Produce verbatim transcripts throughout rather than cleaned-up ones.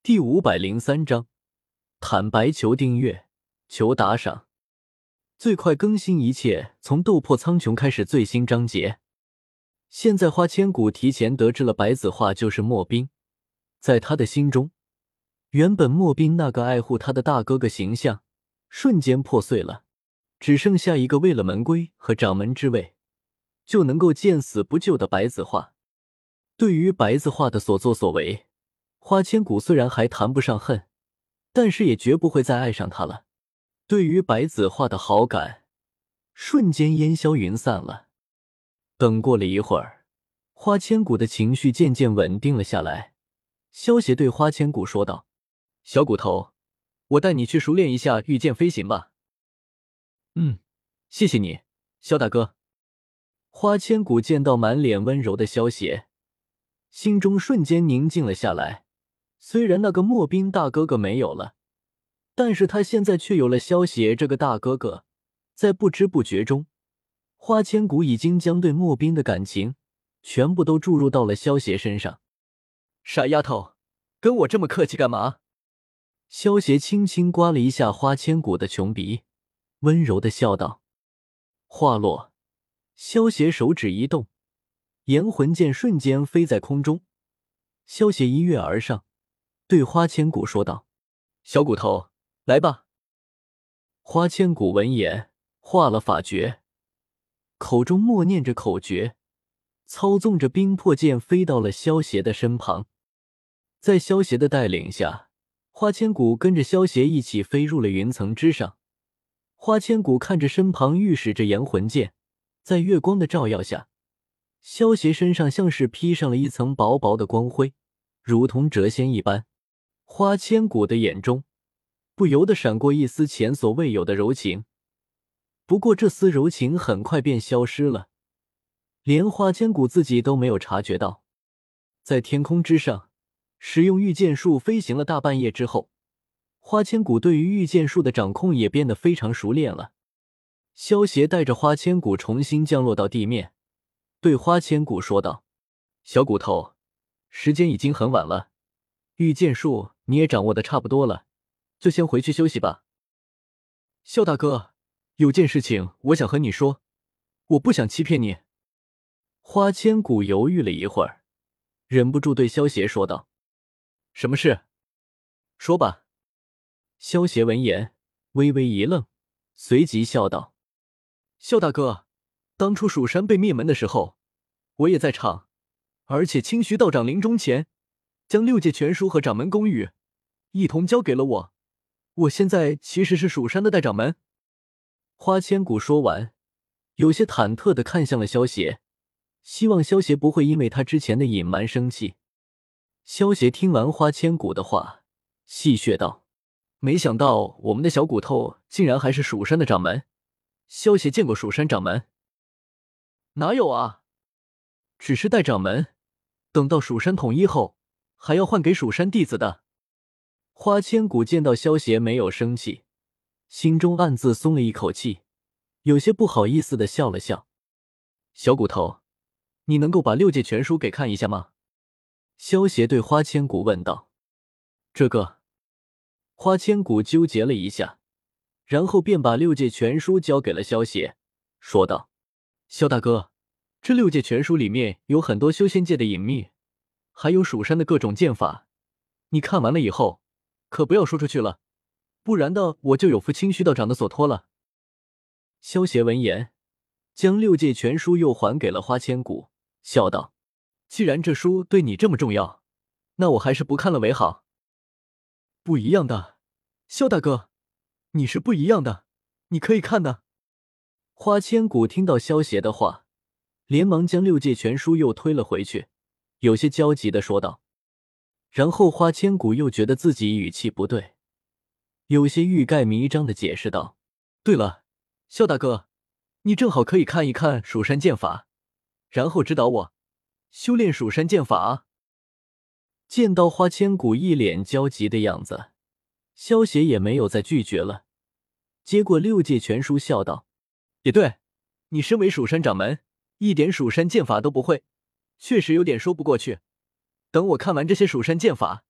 第五百零三章，坦白求订阅，求打赏，最快更新一切从斗破苍穹开始最新章节。现在花千骨提前得知了白子画就是墨冰，在他的心中，原本墨冰那个爱护他的大哥哥形象瞬间破碎了，只剩下一个为了门规和掌门之位就能够见死不救的白子画。对于白子画的所作所为，花千骨虽然还谈不上恨，但是也绝不会再爱上他了。对于白子画的好感瞬间烟消云散了。等过了一会儿，花千骨的情绪渐渐稳定了下来。萧协对花千骨说道：小骨头，我带你去熟练一下御剑飞行吧。嗯，谢谢你，萧大哥。花千骨见到满脸温柔的萧协，心中瞬间宁静了下来。虽然那个墨冰大哥哥没有了，但是他现在却有了萧协这个大哥哥。在不知不觉中，花千骨已经将对墨冰的感情全部都注入到了萧协身上。傻丫头，跟我这么客气干嘛？萧协轻轻刮了一下花千骨的穷鼻，温柔地笑道。话落，萧协手指一动，炎魂剑瞬间飞在空中。萧协一跃而上，对花千骨说道：小骨头，来吧。花千骨闻言化了法诀，口中默念着口诀，操纵着冰魄剑飞到了萧协的身旁。在萧协的带领下，花千骨跟着萧协一起飞入了云层之上。花千骨看着身旁御使着炎魂剑，在月光的照耀下，萧协身上像是披上了一层薄薄的光辉，如同谪仙一般。花千骨的眼中不由得闪过一丝前所未有的柔情，不过这丝柔情很快便消失了，连花千骨自己都没有察觉到。在天空之上，使用御剑术飞行了大半夜之后，花千骨对于御剑术的掌控也变得非常熟练了。萧协带着花千骨重新降落到地面，对花千骨说道：小骨头，时间已经很晚了，御剑术你也掌握的差不多了，就先回去休息吧。萧大哥，有件事情我想和你说，我不想欺骗你。花千骨犹豫了一会儿，忍不住对萧协说道：什么事？说吧。萧协闻言微微一愣，随即笑道：萧大哥，当初蜀山被灭门的时候，我也在场，而且清虚道长临终前将六界全书和掌门公语一同交给了我，我现在其实是蜀山的代掌门。花千骨说完，有些忐忑地看向了萧协，希望萧协不会因为他之前的隐瞒生气。萧协听完花千骨的话，戏谑道：没想到我们的小骨头竟然还是蜀山的掌门。萧协见过蜀山掌门？哪有啊，只是代掌门，等到蜀山统一后还要换给蜀山弟子的。花千骨见到萧协没有生气，心中暗自松了一口气，有些不好意思地笑了笑。小骨头，你能够把六界全书给看一下吗？萧协对花千骨问道。这个……花千骨纠结了一下，然后便把六界全书交给了萧协，说道：萧大哥，这六界全书里面有很多修仙界的隐秘，还有蜀山的各种剑法，你看完了以后可不要说出去了，不然的我就有负清虚道长的所托了。萧协闻言，将六界全书又还给了花千骨，笑道：既然这书对你这么重要，那我还是不看了为好。不一样的，萧大哥，你是不一样的，你可以看的。花千骨听到萧协的话，连忙将六界全书又推了回去，有些焦急地说道。然后花千骨又觉得自己语气不对，有些欲盖弥彰地解释道：对了，萧大哥，你正好可以看一看蜀山剑法，然后指导我修炼蜀山剑法啊。见到花千骨一脸焦急的样子，萧协也没有再拒绝了，接过六界全书笑道：也对，你身为蜀山掌门，一点蜀山剑法都不会，确实有点说不过去。等我看完这些蜀山剑法，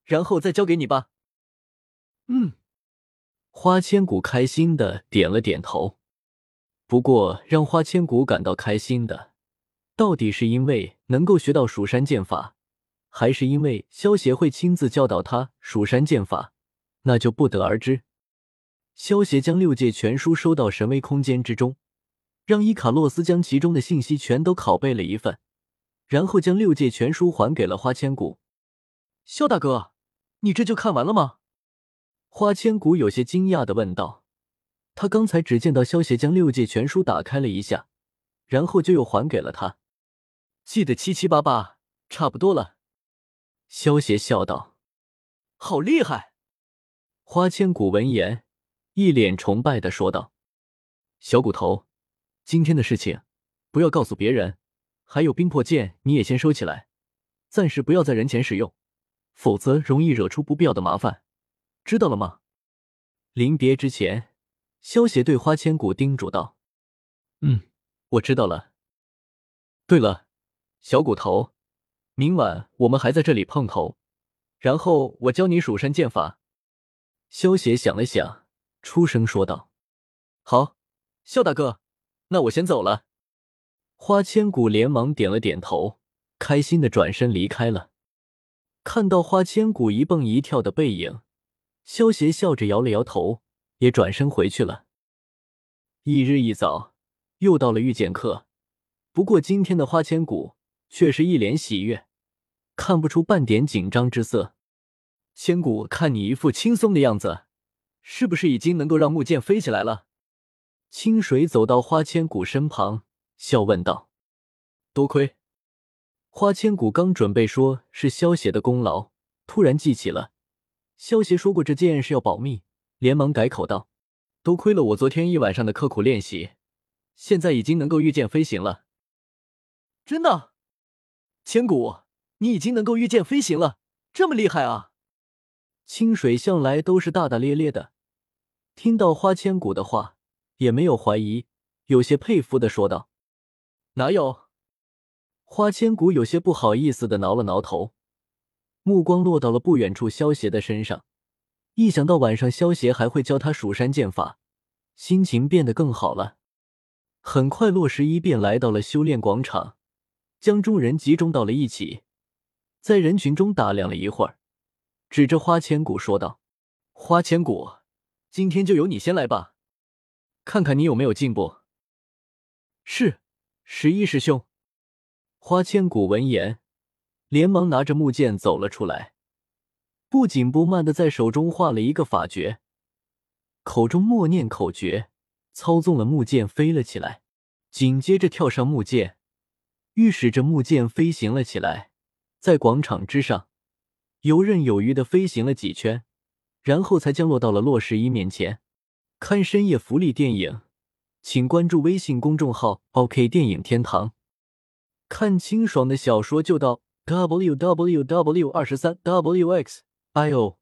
然后再交给你吧。 嗯，花千骨开心的点了点头。不过让花千骨感到开心的，到底是因为能够学到蜀山剑法，还是因为萧协会亲自教导他蜀山剑法，那就不得而知。萧协将六界全书收到神威空间之中，让伊卡洛斯将其中的信息全都拷贝了一份，然后将六界全书还给了花千骨。 萧大哥，你这就看完了吗？ 花千骨有些惊讶地问道。他刚才只见到萧协将六界全书打开了一下，然后就又还给了他。 记得七七八八，差不多了。 萧协笑道。 好厉害！ 花千骨闻言，一脸崇拜地说道。小骨头，今天的事情不要告诉别人，还有冰魄剑你也先收起来，暂时不要在人前使用，否则容易惹出不必要的麻烦，知道了吗？临别之前，萧协对花千骨叮嘱道。嗯，我知道了。对了，小骨头，明晚我们还在这里碰头，然后我教你蜀山剑法。萧协想了想，出声说道。 好，萧大哥，那我先走了。 花千骨连忙点了点头，开心的转身离开了。看到花千骨一蹦一跳的背影，萧协笑着摇了摇头，也转身回去了。翌日一早，又到了御剑课，不过今天的花千骨却是一脸喜悦，看不出半点紧张之色。 千骨，看你一副轻松的样子，是不是已经能够让木剑飞起来了？ 清水走到花千骨身旁，笑问道。 多亏。 花千骨刚准备说是萧协的功劳，突然记起了萧协说过这件事要保密，连忙改口道。 多亏了我昨天一晚上的刻苦练习，现在已经能够御剑飞行了。真的？千骨，你已经能够御剑飞行了，这么厉害啊！ 清水向来都是大大咧咧的，听到花千骨的话，也没有怀疑，有些佩服的说道。 哪有？ 花千骨有些不好意思的挠了挠头，目光落到了不远处萧协的身上，一想到晚上萧协还会教他蜀山剑法，心情变得更好了。很快洛十一便来到了修炼广场，将众人集中到了一起，在人群中打量了一会儿，指着花千骨说道。 花千骨，今天就由你先来吧，看看你有没有进步。 是，十一师兄。花千骨闻言，连忙拿着木剑走了出来，不紧不慢地在手中画了一个法诀，口中默念口诀，操纵了木剑飞了起来，紧接着跳上木剑，预使着木剑飞行了起来，在广场之上游刃有余地飞行了几圈，然后才降落到了洛十一面前。看深夜福利电影，请关注微信公众号 OK 电影天堂。看清爽的小说就到 double u double u double u 二十三 w x i o